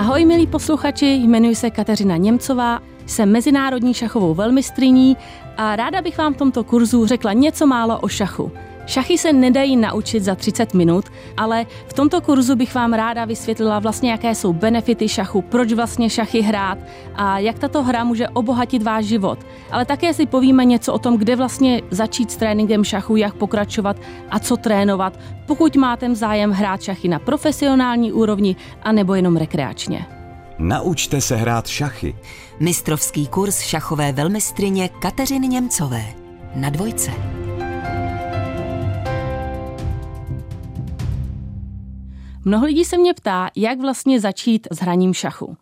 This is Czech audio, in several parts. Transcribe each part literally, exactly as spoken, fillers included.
Ahoj milí posluchači, jmenuji se Kateřina Němcová, jsem mezinárodní šachovou velmistryní a ráda bych vám v tomto kurzu řekla něco málo o šachu. Šachy se nedají naučit za třicet minut, ale v tomto kurzu bych vám ráda vysvětlila vlastně, jaké jsou benefity šachu, proč vlastně šachy hrát a jak tato hra může obohatit váš život. Ale také si povíme něco o tom, kde vlastně začít s tréninkem šachu, jak pokračovat a co trénovat, pokud máte zájem hrát šachy na profesionální úrovni anebo jenom rekreačně. Naučte se hrát šachy. Mistrovský kurz šachové velmistryně Kateřiny Němcové na Dvojce. Mnoho lidí se mě ptá, jak vlastně začít s hraním šachu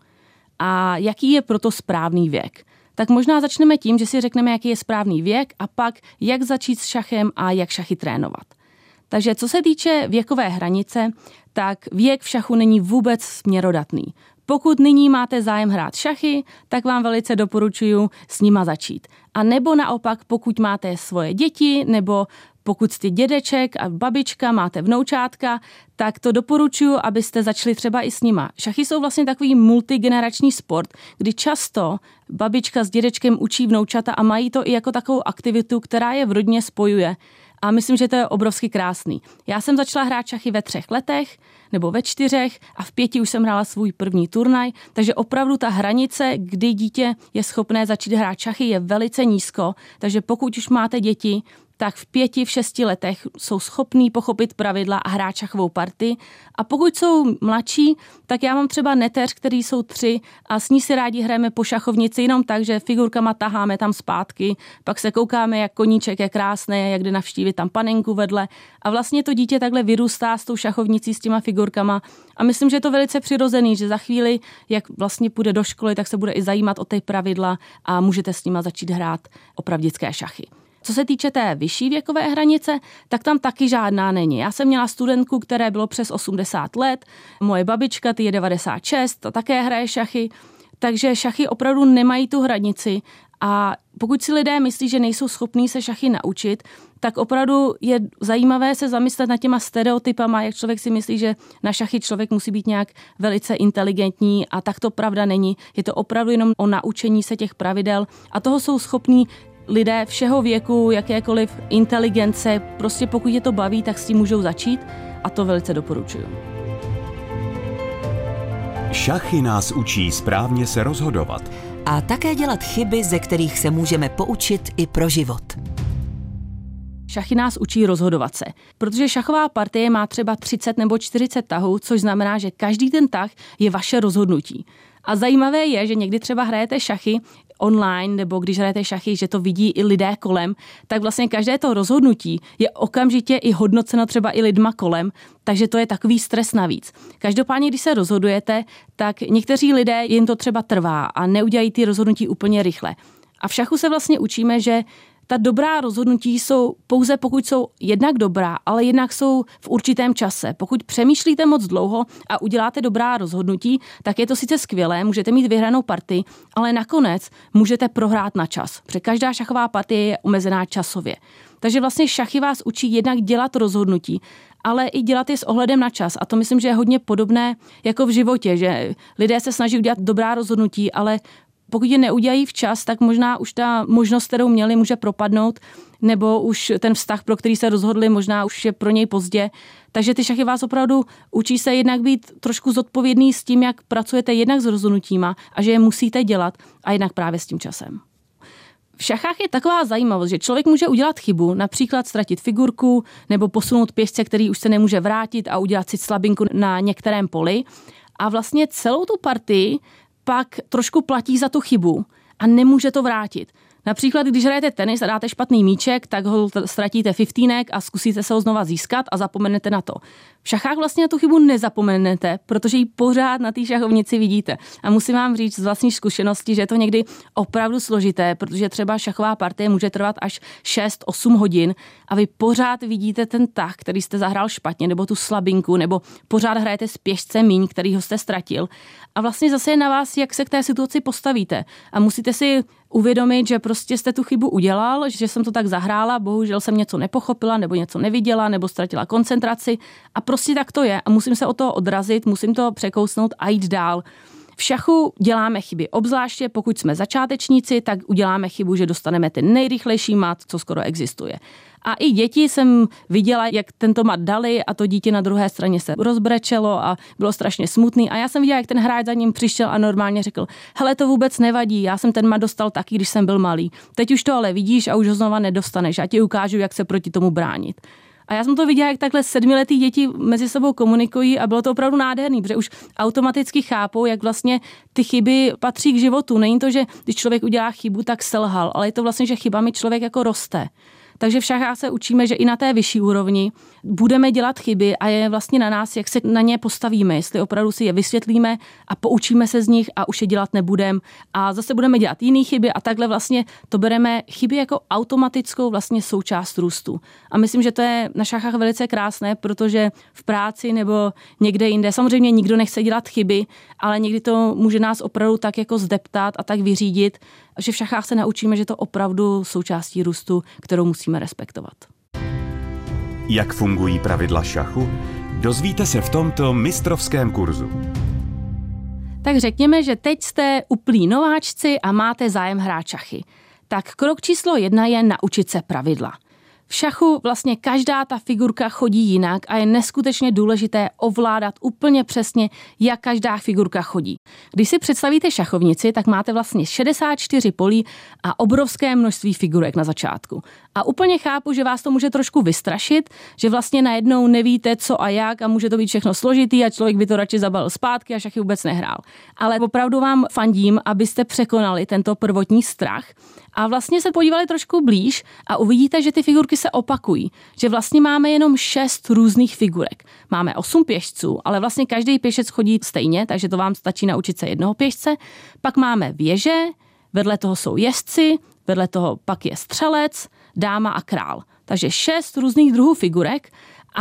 a jaký je proto správný věk. Tak možná začneme tím, že si řekneme, jaký je správný věk a pak jak začít s šachem a jak šachy trénovat. Takže co se týče věkové hranice, tak věk v šachu není vůbec směrodatný. Pokud nyní máte zájem hrát šachy, tak vám velice doporučuji s nima začít. A nebo naopak, pokud máte svoje děti, nebo pokud jste dědeček a babička, máte vnoučátka, tak to doporučuji, abyste začali třeba i s nima. Šachy jsou vlastně takový multigenerační sport, kdy často babička s dědečkem učí vnoučata a mají to i jako takovou aktivitu, která je v rodině spojuje. A myslím, že to je obrovsky krásný. Já jsem začala hrát šachy ve třech letech nebo ve čtyřech a v pěti už jsem hrála svůj první turnaj, takže opravdu ta hranice, kdy dítě je schopné začít hrát šachy, je velice nízko, takže pokud už máte děti, tak v pěti, v šesti letech jsou schopní pochopit pravidla a hrát šachovou partii. A pokud jsou mladší, tak já mám třeba neteř, který jsou tři a s ní si rádi hrajeme po šachovnici jenom tak, že figurkama taháme tam zpátky, pak se koukáme, jak koníček je krásný, jak jde navštívit tam panenku vedle. A vlastně to dítě takhle vyrůstá s tou šachovnicí, s těma figurkama. A myslím, že je to velice přirozený, že za chvíli, jak vlastně půjde do školy, tak se bude i zajímat o ty pravidla a můžete s nima začít hrát opravdické šachy. Co se týče té vyšší věkové hranice, tak tam taky žádná není. Já jsem měla studentku, které bylo přes osmdesát let, moje babička, ty je devadesát šest, ta také hraje šachy, takže šachy opravdu nemají tu hranici a pokud si lidé myslí, že nejsou schopní se šachy naučit, tak opravdu je zajímavé se zamyslet nad těma stereotypama, jak člověk si myslí, že na šachy člověk musí být nějak velice inteligentní a tak to pravda není. Je to opravdu jenom o naučení se těch pravidel a toho jsou schopní lidé všeho věku, jakékoliv inteligence, prostě pokud je to baví, tak s tím můžou začít a to velice doporučuju. Šachy nás učí správně se rozhodovat. A také dělat chyby, ze kterých se můžeme poučit i pro život. Šachy nás učí rozhodovat se, protože šachová partie má třeba třicet nebo čtyřicet tahů, což znamená, že každý ten tah je vaše rozhodnutí. A zajímavé je, že někdy třeba hrajete šachy online, nebo když hrajete šachy, že to vidí i lidé kolem, tak vlastně každé to rozhodnutí je okamžitě i hodnoceno třeba i lidma kolem, takže to je takový stres navíc. Každopádně, když se rozhodujete, tak někteří lidé jim to třeba trvá a neudělají ty rozhodnutí úplně rychle. A v šachu se vlastně učíme, že ta dobrá rozhodnutí jsou pouze pokud jsou jednak dobrá, ale jednak jsou v určitém čase. Pokud přemýšlíte moc dlouho a uděláte dobrá rozhodnutí, tak je to sice skvělé, můžete mít vyhranou partii, ale nakonec můžete prohrát na čas, protože každá šachová partie je omezená časově. Takže vlastně šachy vás učí jednak dělat rozhodnutí, ale i dělat je s ohledem na čas. A to myslím, že je hodně podobné jako v životě, že lidé se snaží udělat dobrá rozhodnutí, ale pokud je neudělají včas, tak možná už ta možnost, kterou měli, může propadnout, nebo už ten vztah, pro který se rozhodli, možná už je pro něj pozdě. Takže ty šachy vás opravdu učí se jednak být trošku zodpovědný s tím, jak pracujete jednak s rozhodnutíma a že je musíte dělat a jednak právě s tím časem. V šachách je taková zajímavost, že člověk může udělat chybu, například ztratit figurku nebo posunout pěšce, který už se nemůže vrátit a udělat si slabinku na některém poli. A vlastně celou tu partii pak trošku platí za tu chybu a nemůže to vrátit. Například, když hrajete tenis a dáte špatný míček, tak ho ztratíte fiftínek a zkusíte se ho znova získat a zapomenete na to. V šachách vlastně na tu chybu nezapomenete, protože ji pořád na té šachovnici vidíte. A musím vám říct z vlastní zkušenosti, že je to někdy opravdu složité, protože třeba šachová partie může trvat až šest osm hodin a vy pořád vidíte ten tah, který jste zahrál špatně, nebo tu slabinku, nebo pořád hrajete s pěšce míň, kterýho jste ztratil. A vlastně zase je na vás, jak se k té situaci postavíte. A musíte si uvědomit, že prostě jste tu chybu udělal, že jsem to tak zahrála, bohužel jsem něco nepochopila, nebo něco neviděla, nebo ztratila koncentraci a prostě tak to je a musím se od toho odrazit, musím to překousnout a jít dál. V šachu děláme chyby, obzvláště pokud jsme začátečníci, tak uděláme chybu, že dostaneme ten nejrychlejší mat, co skoro existuje. A i děti jsem viděla, jak tento mat dali a to dítě na druhé straně se rozbrečelo a bylo strašně smutný. A já jsem viděla, jak ten hráč za ním přišel a normálně řekl, hele, to vůbec nevadí, já jsem ten mat dostal taky, když jsem byl malý. Teď už to ale vidíš a už ho znova nedostaneš. Já ti ukážu, jak se proti tomu bránit. A já jsem to viděla, jak takhle sedmiletí děti mezi sebou komunikují a bylo to opravdu nádherný, protože už automaticky chápou, jak vlastně ty chyby patří k životu. Není to, že když člověk udělá chybu, tak selhal, ale je to vlastně, že chybami člověk jako roste. Takže v šachách se učíme, že i na té vyšší úrovni budeme dělat chyby a je vlastně na nás, jak se na ně postavíme, jestli opravdu si je vysvětlíme a poučíme se z nich a už je dělat nebudeme a zase budeme dělat jiné chyby a takhle vlastně to bereme chyby jako automatickou vlastně součást růstu. A myslím, že to je na šachách velice krásné, protože v práci nebo někde jinde samozřejmě nikdo nechce dělat chyby, ale někdy to může nás opravdu tak jako zdeptat a tak vyřídit, že v šachách se naučíme, že to opravdu součástí růstu, kterou musíme respektovat. Jak fungují pravidla šachu? Dozvíte se v tomto mistrovském kurzu. Tak řekněme, že teď jste úplní nováčci a máte zájem hrát šachy. Tak krok číslo jedna je naučit se pravidla. V šachu vlastně každá ta figurka chodí jinak a je neskutečně důležité ovládat úplně přesně, jak každá figurka chodí. Když si představíte šachovnici, tak máte vlastně šedesát čtyři polí a obrovské množství figurek na začátku. A úplně chápu, že vás to může trošku vystrašit, že vlastně najednou nevíte co a jak a může to být všechno složitý a člověk by to radši zabalil zpátky a šachy vůbec nehrál. Ale opravdu vám fandím, abyste překonali tento prvotní strach a vlastně se podívali trošku blíž a uvidíte, že ty figurky se opakují, že vlastně máme jenom šest různých figurek. Máme osm pěšců, ale vlastně každý pěšec chodí stejně, takže to vám stačí naučit se jednoho pěšce. Pak máme věže, vedle toho jsou jezdci, vedle toho pak je střelec, dáma a král. Takže šest různých druhů figurek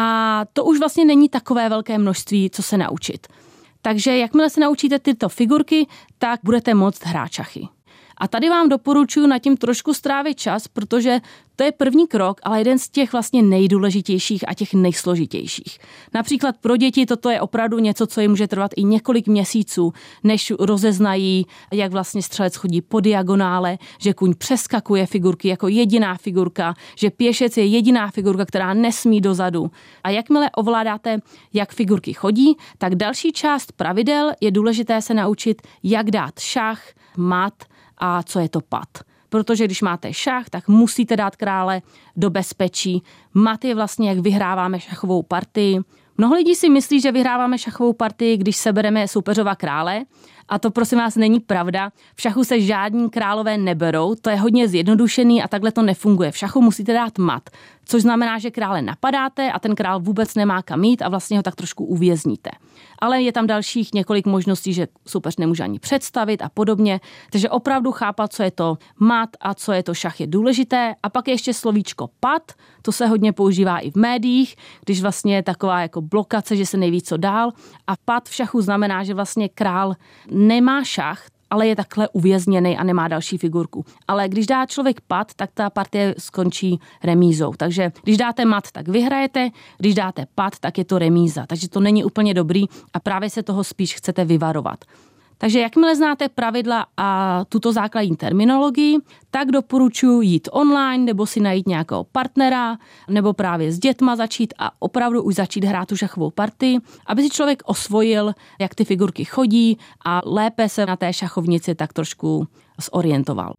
a to už vlastně není takové velké množství, co se naučit. Takže jakmile se naučíte tyto figurky, tak budete moct hrát šachy. A tady vám doporučuji nad tím trošku strávit čas, protože to je první krok, ale jeden z těch vlastně nejdůležitějších a těch nejsložitějších. Například pro děti toto je opravdu něco, co jim může trvat i několik měsíců, než rozeznají, jak vlastně střelec chodí po diagonále, že kuň přeskakuje figurky jako jediná figurka, že pěšec je jediná figurka, která nesmí dozadu. A jakmile ovládáte, jak figurky chodí, tak další část pravidel je důležité se naučit, jak dát šach, mat a co je to pat. Protože když máte šach, tak musíte dát krále do bezpečí. Mat je vlastně, jak vyhráváme šachovou partii. Mnoho lidí si myslí, že vyhráváme šachovou partii, když sebereme soupeřova krále. A to prosím vás není pravda. V šachu se žádní králové neberou, to je hodně zjednodušený a takhle to nefunguje. V šachu musíte dát mat, což znamená, že krále napadáte a ten král vůbec nemá kam jít a vlastně ho tak trošku uvězníte. Ale je tam dalších několik možností, že soupeř nemůže ani představit a podobně. Takže opravdu chápat, co je to mat a co je to šach, je důležité. A pak je ještě slovíčko pat, to se hodně používá i v médiích, když vlastně je taková jako blokace, že se neví, co dál. A pat v šachu znamená, že vlastně král nemá šach, ale je takhle uvězněný a nemá další figurku. Ale když dá člověk pat, tak ta partie skončí remízou. Takže když dáte mat, tak vyhrajete, když dáte pat, tak je to remíza. Takže to není úplně dobrý a právě se toho spíš chcete vyvarovat. Takže jakmile znáte pravidla a tuto základní terminologii, tak doporučuji jít online nebo si najít nějakého partnera nebo právě s dětma začít a opravdu už začít hrát tu šachovou partii, aby si člověk osvojil, jak ty figurky chodí a lépe se na té šachovnici tak trošku zorientoval.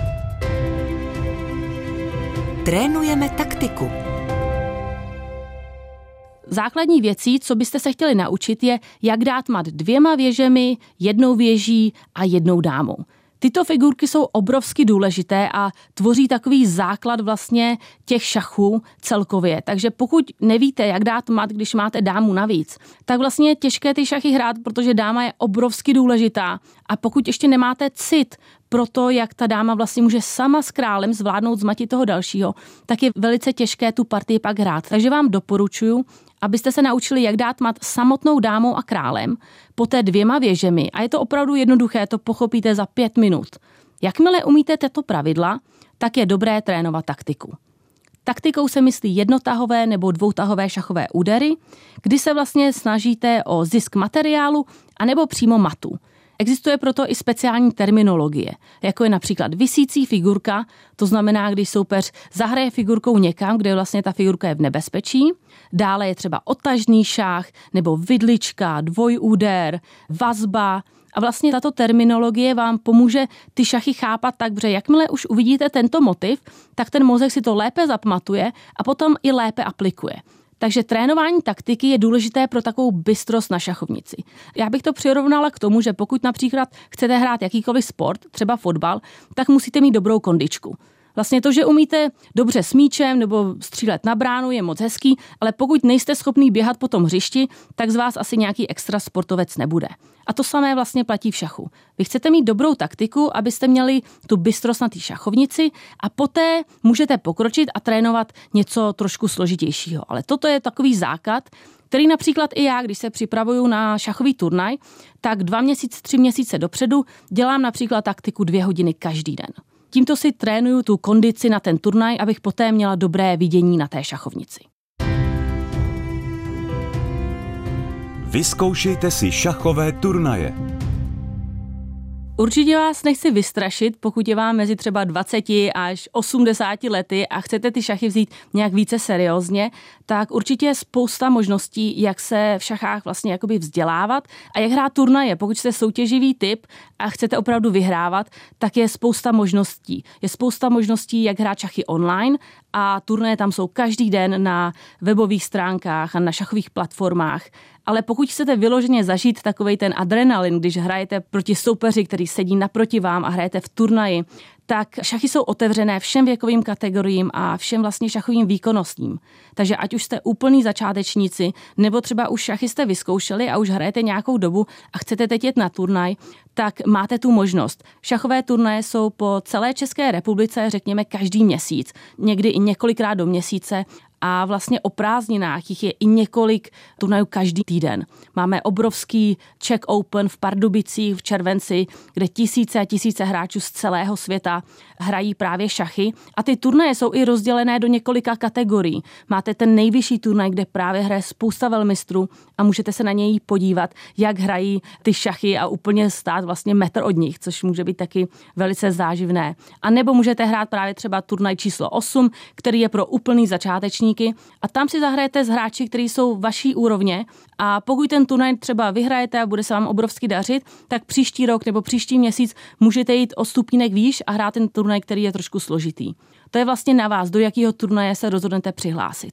Trénujeme taktiku. Základní věcí, co byste se chtěli naučit, je, jak dát mat dvěma věžemi, jednou věží a jednou dámou. Tyto figurky jsou obrovsky důležité a tvoří takový základ vlastně těch šachů celkově. Takže pokud nevíte, jak dát mat, když máte dámu navíc, tak vlastně je těžké ty šachy hrát, protože dáma je obrovsky důležitá. A pokud ještě nemáte cit pro to, jak ta dáma vlastně může sama s králem zvládnout zmatit toho dalšího, tak je velice těžké tu partii pak hrát. Takže vám doporučuji, abyste se naučili, jak dát mat samotnou dámou a králem, poté dvěma věžemi. A je to opravdu jednoduché, to pochopíte za pět minut. Jakmile umíte tato pravidla, tak je dobré trénovat taktiku. Taktikou se myslí jednotahové nebo dvoutahové šachové údery, kdy se vlastně snažíte o zisk materiálu anebo přímo matu. Existuje proto i speciální terminologie, jako je například visící figurka, to znamená, když soupeř zahraje figurkou někam, kde vlastně ta figurka je v nebezpečí. Dále je třeba odtažný šach nebo vidlička, dvojúder, vazba. A vlastně tato terminologie vám pomůže ty šachy chápat tak, že jakmile už uvidíte tento motiv, tak ten mozek si to lépe zapamatuje a potom i lépe aplikuje. Takže trénování taktiky je důležité pro takovou bystrost na šachovnici. Já bych to přirovnala k tomu, že pokud například chcete hrát jakýkoliv sport, třeba fotbal, tak musíte mít dobrou kondičku. Vlastně to, že umíte dobře s míčem nebo střílet na bránu, je moc hezký, ale pokud nejste schopný běhat po tom hřišti, tak z vás asi nějaký extra sportovec nebude. A to samé vlastně platí v šachu. Vy chcete mít dobrou taktiku, abyste měli tu bystrost na té šachovnici a poté můžete pokročit a trénovat něco trošku složitějšího. Ale toto je takový základ, který například i já, když se připravuju na šachový turnaj, tak dva měsíce, tři měsíce dopředu dělám například taktiku dvě hodiny každý den. Tímto si trénuju tu kondici na ten turnaj, abych poté měla dobré vidění na té šachovnici. Vyzkoušejte si šachové turnaje. Určitě vás nechci vystrašit, pokud je vám mezi třeba dvaceti až osmdesáti lety a chcete ty šachy vzít nějak více seriózně, tak určitě je spousta možností, jak se v šachách vlastně jakoby vzdělávat a jak hrát turnaje. Pokud jste soutěživý typ a chcete opravdu vyhrávat, tak je spousta možností. Je spousta možností, jak hrát šachy online a turnaje tam jsou každý den na webových stránkách a na šachových platformách. Ale pokud chcete vyloženě zažít takovej ten adrenalin, když hrajete proti soupeři, který sedí naproti vám a hrajete v turnaji, tak šachy jsou otevřené všem věkovým kategoriím a všem vlastně šachovým výkonnostním. Takže ať už jste úplný začátečníci, nebo třeba už šachy jste vyzkoušeli a už hrajete nějakou dobu a chcete teď jet na turnaj, tak máte tu možnost. Šachové turnaje jsou po celé České republice, řekněme, každý měsíc, někdy i několikrát do měsíce. A vlastně o prázdninách jich je i několik turnajů každý týden. Máme obrovský Czech Open v Pardubicích v červenci, kde tisíce a tisíce hráčů z celého světa hrají právě šachy. A ty turnaje jsou i rozdělené do několika kategorií. Máte ten nejvyšší turnaj, kde právě hraje spousta velmistrů a můžete se na něj podívat, jak hrají ty šachy a úplně stát vlastně metr od nich, což může být taky velice záživné. A nebo můžete hrát právě třeba turnaj číslo osm, který je pro úplný začátečníky a tam si zahrajete s hráči, kteří jsou vaší úrovně a pokud ten turnaj třeba vyhrajete a bude se vám obrovsky dařit, tak příští rok nebo příští měsíc můžete jít o stupínek výš a hrát ten turnaj, který je trošku složitý. To je vlastně na vás, do jakého turnaje se rozhodnete přihlásit.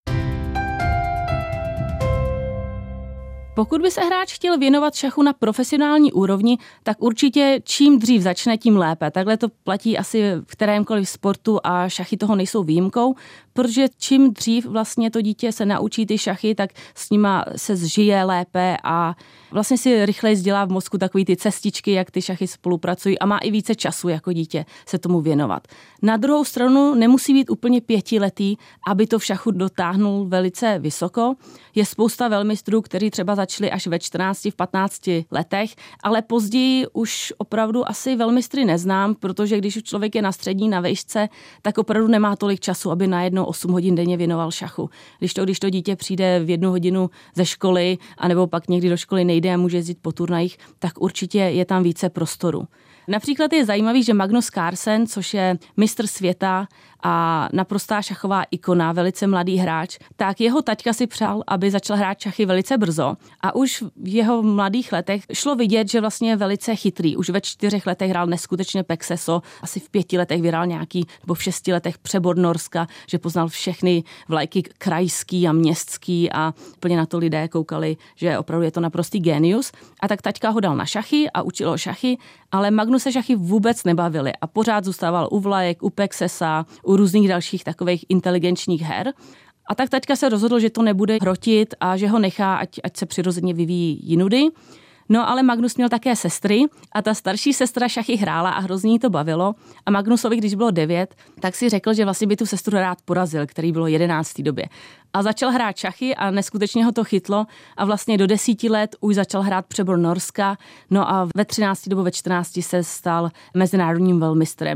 Pokud by se hráč chtěl věnovat šachu na profesionální úrovni, tak určitě čím dřív začne, tím lépe. Takhle to platí asi v kterémkoliv sportu a šachy toho nejsou výjimkou, protože čím dřív vlastně to dítě se naučí ty šachy, tak s nima se zžije lépe a vlastně si rychleji dělá v mozku takový ty cestičky, jak ty šachy spolupracují a má i více času jako dítě se tomu věnovat. Na druhou stranu nemusí být úplně pětiletý, aby to v šachu dotáhnul velice vysoko. Je spousta velmistrů, kteří třeba začali až ve čtrnácti, v patnácti letech, ale později už opravdu asi velmistry neznám, protože když už člověk je na střední, na vejšce, tak opravdu nemá tolik času, aby najednou osm hodin denně věnoval šachu. Když to, když to dítě přijde v jednu hodinu ze školy, anebo pak někdy do školy nejde a může jezdit po turnajích, tak určitě je tam více prostoru. Například je zajímavý, že Magnus Carlsen, což je mistr světa a naprostá šachová ikona, velice mladý hráč, tak jeho taťka si přál, aby začal hrát šachy velice brzo a už v jeho mladých letech šlo vidět, že vlastně je velice chytrý. Už ve čtyřech letech hrál neskutečně pexeso, asi v pěti letech vyhrál nějaký, nebo v šesti letech přebor Norska, že poznal všechny vlajky krajský a městský a úplně na to lidé koukali, že opravdu je to naprostý génius. A tak taťka ho dal na šachy a učil ho šachy, ale Magnus se šachy vůbec nebavily a pořád zůstával u vlajek, u pexesa, u různých dalších takových inteligenčních her. A tak taťka se rozhodl, že to nebude hrotit a že ho nechá, ať, ať se přirozeně vyvíjí jinudy. No ale Magnus měl také sestry a ta starší sestra šachy hrála a hrozně jí to bavilo. A Magnusovi, když bylo devět, tak si řekl, že vlastně by tu sestru rád porazil, který bylo jedenáct v té době. A začal hrát šachy a neskutečně ho to chytlo a vlastně do desíti let už začal hrát přebor Norska. No a ve třinácti nebo ve čtrnácti se stal mezinárodním velmistrem.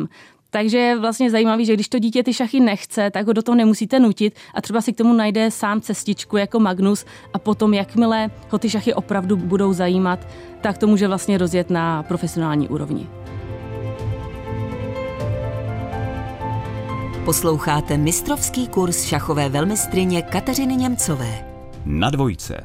Takže je vlastně zajímavý, že když to dítě ty šachy nechce, tak ho do toho nemusíte nutit a třeba si k tomu najde sám cestičku jako Magnus a potom, jakmile ho ty šachy opravdu budou zajímat, tak to může vlastně rozjet na profesionální úrovni. Posloucháte mistrovský kurz šachové velmistryně Kateřiny Němcové. Na dvojce.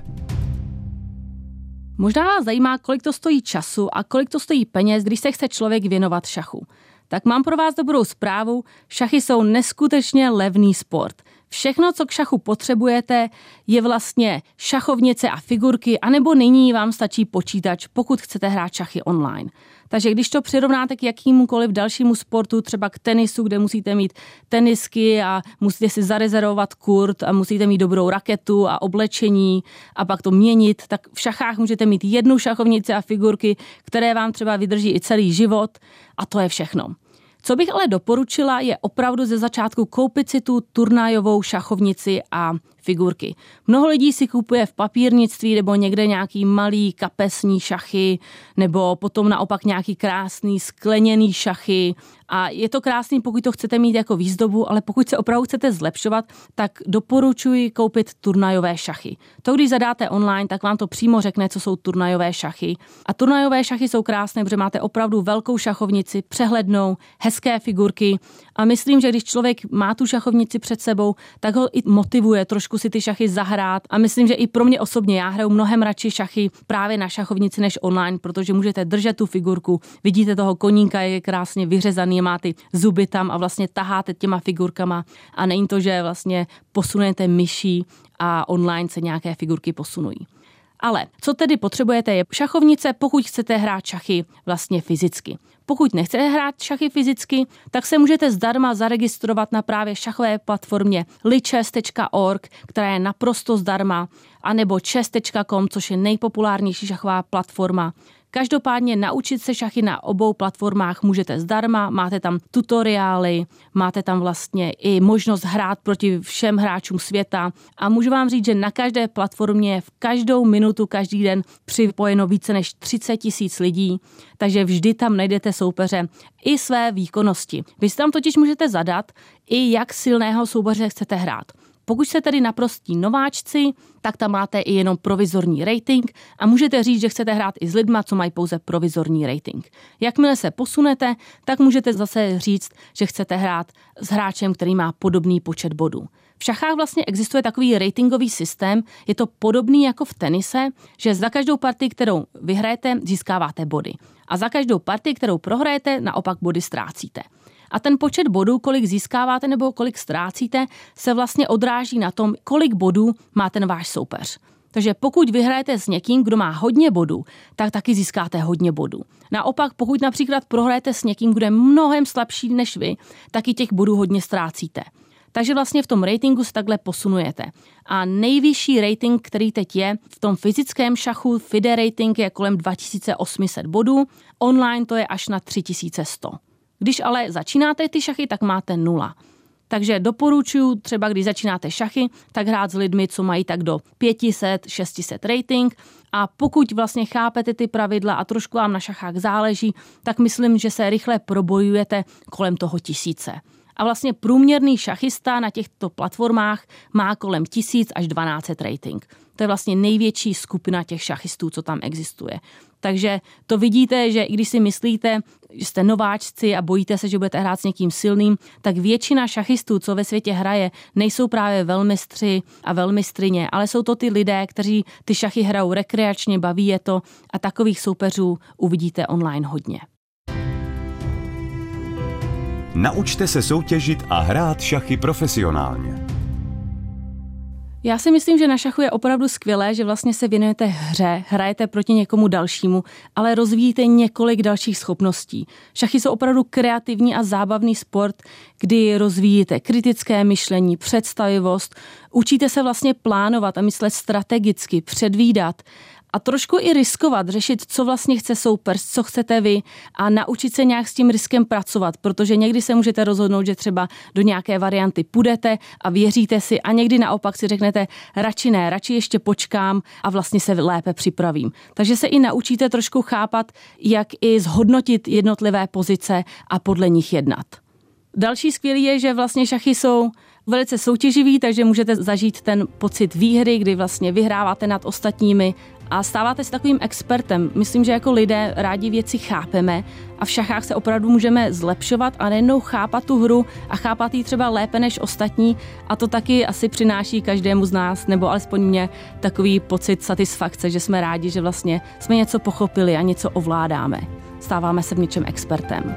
Možná vás zajímá, kolik to stojí času a kolik to stojí peněz, když se chce člověk věnovat šachu. Tak mám pro vás dobrou zprávu, šachy jsou neskutečně levný sport. Všechno, co k šachu potřebujete, je vlastně šachovnice a figurky, anebo nyní vám stačí počítač, pokud chcete hrát šachy online. Takže když to přirovnáte k jakýmukoliv dalšímu sportu, třeba k tenisu, kde musíte mít tenisky a musíte si zarezervovat kurt a musíte mít dobrou raketu a oblečení a pak to měnit, tak v šachách můžete mít jednu šachovnici a figurky, které vám třeba vydrží i celý život a to je všechno. Co bych ale doporučila, je opravdu ze začátku koupit si tu turnajovou šachovnici a figurky. Mnoho lidí si kupuje v papírnictví nebo někde nějaký malý kapesní šachy nebo potom naopak nějaký krásný skleněný šachy a je to krásný, pokud to chcete mít jako výzdobu, ale pokud se opravdu chcete zlepšovat, tak doporučuji koupit turnajové šachy. To, když zadáte online, tak vám to přímo řekne, co jsou turnajové šachy. A turnajové šachy jsou krásné, protože máte opravdu velkou šachovnici, přehlednou, hezké figurky a myslím, že když člověk má tu šachovnici před sebou, tak ho i motivuje trošku si ty šachy zahrát a myslím, že i pro mě osobně já hraju mnohem radši šachy právě na šachovnici než online, protože můžete držet tu figurku, vidíte toho koníka, je krásně vyřezaný, má ty zuby tam a vlastně taháte těma figurkama a není to, že vlastně posunete myší a online se nějaké figurky posunují. Ale co tedy potřebujete je šachovnice, pokud chcete hrát šachy vlastně fyzicky. Pokud nechcete hrát šachy fyzicky, tak se můžete zdarma zaregistrovat na právě šachové platformě lichess tečka org, která je naprosto zdarma, anebo chess tečka com, což je nejpopulárnější šachová platforma. Každopádně naučit se šachy na obou platformách můžete zdarma, máte tam tutoriály, máte tam vlastně i možnost hrát proti všem hráčům světa a můžu vám říct, že na každé platformě v každou minutu, každý den připojeno více než třicet tisíc lidí, takže vždy tam najdete soupeře i své výkonnosti. Vy si tam totiž můžete zadat i jak silného soupeře chcete hrát. Pokud jste tedy naprostí nováčci, tak tam máte i jenom provizorní rating a můžete říct, že chcete hrát i s lidma, co mají pouze provizorní rating. Jakmile se posunete, tak můžete zase říct, že chcete hrát s hráčem, který má podobný počet bodů. V šachách vlastně existuje takový ratingový systém, je to podobný jako v tenise, že za každou partii, kterou vyhrajete, získáváte body. A za každou partii, kterou prohrajete, naopak body ztrácíte. A ten počet bodů, kolik získáváte nebo kolik ztrácíte, se vlastně odráží na tom, kolik bodů má ten váš soupeř. Takže pokud vyhrajete s někým, kdo má hodně bodů, tak taky získáte hodně bodů. Naopak, pokud například prohrajete s někým, kdo je mnohem slabší než vy, taky těch bodů hodně ztrácíte. Takže vlastně v tom ratingu se takhle posunujete. A nejvyšší rating, který teď je v tom fyzickém šachu, F I D E rating je kolem dva tisíce osm set bodů, online to je až na tři tisíce sto. Když ale začínáte ty šachy, tak máte nula. Takže doporučuji třeba, když začínáte šachy, tak hrát s lidmi, co mají tak do pět set, šest set rating a pokud vlastně chápete ty pravidla a trošku vám na šachách záleží, tak myslím, že se rychle probojujete kolem toho tisíce. A vlastně průměrný šachista na těchto platformách má kolem tisíc až dvanáct set rating. To je vlastně největší skupina těch šachistů, co tam existuje. Takže to vidíte, že i když si myslíte, že jste nováčci a bojíte se, že budete hrát s někým silným, tak většina šachistů, co ve světě hraje, nejsou právě velmistři a velmistryně, ale jsou to ty lidé, kteří ty šachy hrajou rekreačně, baví je to a takových soupeřů uvidíte online hodně. Naučte se soutěžit a hrát šachy profesionálně. Já si myslím, že na šachu je opravdu skvělé, že vlastně se věnujete hře, hrajete proti někomu dalšímu, ale rozvíjíte několik dalších schopností. Šachy jsou opravdu kreativní a zábavný sport, kdy rozvíjíte kritické myšlení, představivost, učíte se vlastně plánovat a myslet strategicky, předvídat a trošku i riskovat, řešit, co vlastně chce soupeř, co chcete vy a naučit se nějak s tím riskem pracovat, protože někdy se můžete rozhodnout, že třeba do nějaké varianty půjdete a věříte si a někdy naopak si řeknete, radši ne, radši ještě počkám a vlastně se lépe připravím. Takže se i naučíte trošku chápat, jak i zhodnotit jednotlivé pozice a podle nich jednat. Další skvělý je, že vlastně šachy jsou velice soutěživý, takže můžete zažít ten pocit výhry, kdy vlastně vyhráváte nad ostatními a stáváte se takovým expertem. Myslím, že jako lidé rádi věci chápeme a v šachách se opravdu můžeme zlepšovat a nejednou chápat tu hru a chápat ji třeba lépe než ostatní a to taky asi přináší každému z nás, nebo alespoň mě, takový pocit satisfakce, že jsme rádi, že vlastně jsme něco pochopili a něco ovládáme. Stáváme se v něčem expertem.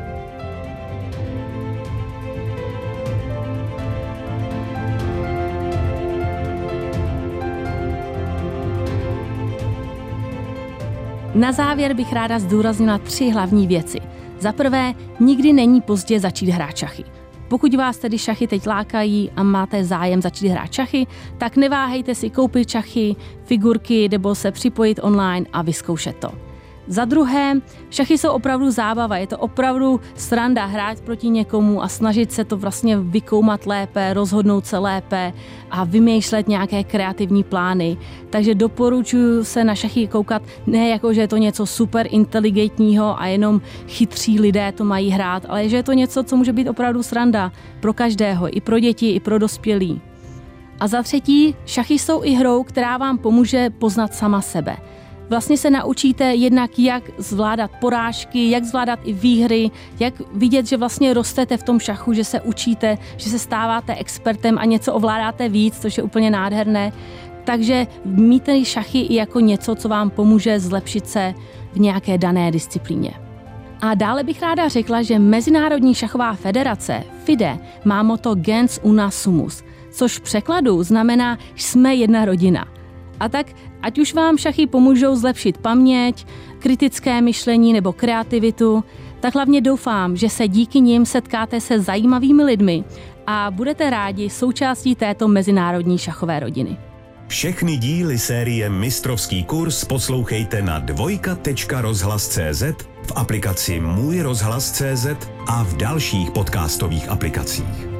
Na závěr bych ráda zdůraznila tři hlavní věci. Za prvé, nikdy není pozdě začít hrát šachy. Pokud vás tedy šachy teď lákají a máte zájem začít hrát šachy, tak neváhejte si koupit šachy, figurky nebo se připojit online a vyzkoušet to. Za druhé, šachy jsou opravdu zábava, je to opravdu sranda hrát proti někomu a snažit se to vlastně vykoumat lépe, rozhodnout se lépe a vymýšlet nějaké kreativní plány. Takže doporučuji se na šachy koukat ne jako, že je to něco super inteligentního a jenom chytří lidé to mají hrát, ale že je to něco, co může být opravdu sranda pro každého, i pro děti, i pro dospělý. A za třetí, šachy jsou i hrou, která vám pomůže poznat sama sebe. Vlastně se naučíte jednak, jak zvládat porážky, jak zvládat i výhry, jak vidět, že vlastně rostete v tom šachu, že se učíte, že se stáváte expertem a něco ovládáte víc, což je úplně nádherné. Takže mít šachy i jako něco, co vám pomůže zlepšit se v nějaké dané disciplíně. A dále bych ráda řekla, že Mezinárodní šachová federace F I D E má motto Gens una sumus, což v překladu znamená jsme jedna rodina. A tak, ať už vám šachy pomůžou zlepšit paměť, kritické myšlení nebo kreativitu, tak hlavně doufám, že se díky nim setkáte se zajímavými lidmi a budete rádi součástí této mezinárodní šachové rodiny. Všechny díly série Mistrovský kurz poslouchejte na dvojka tečka rozhlas tečka cé zet, v aplikaci Můj rozhlas tečka cé zet a v dalších podcastových aplikacích.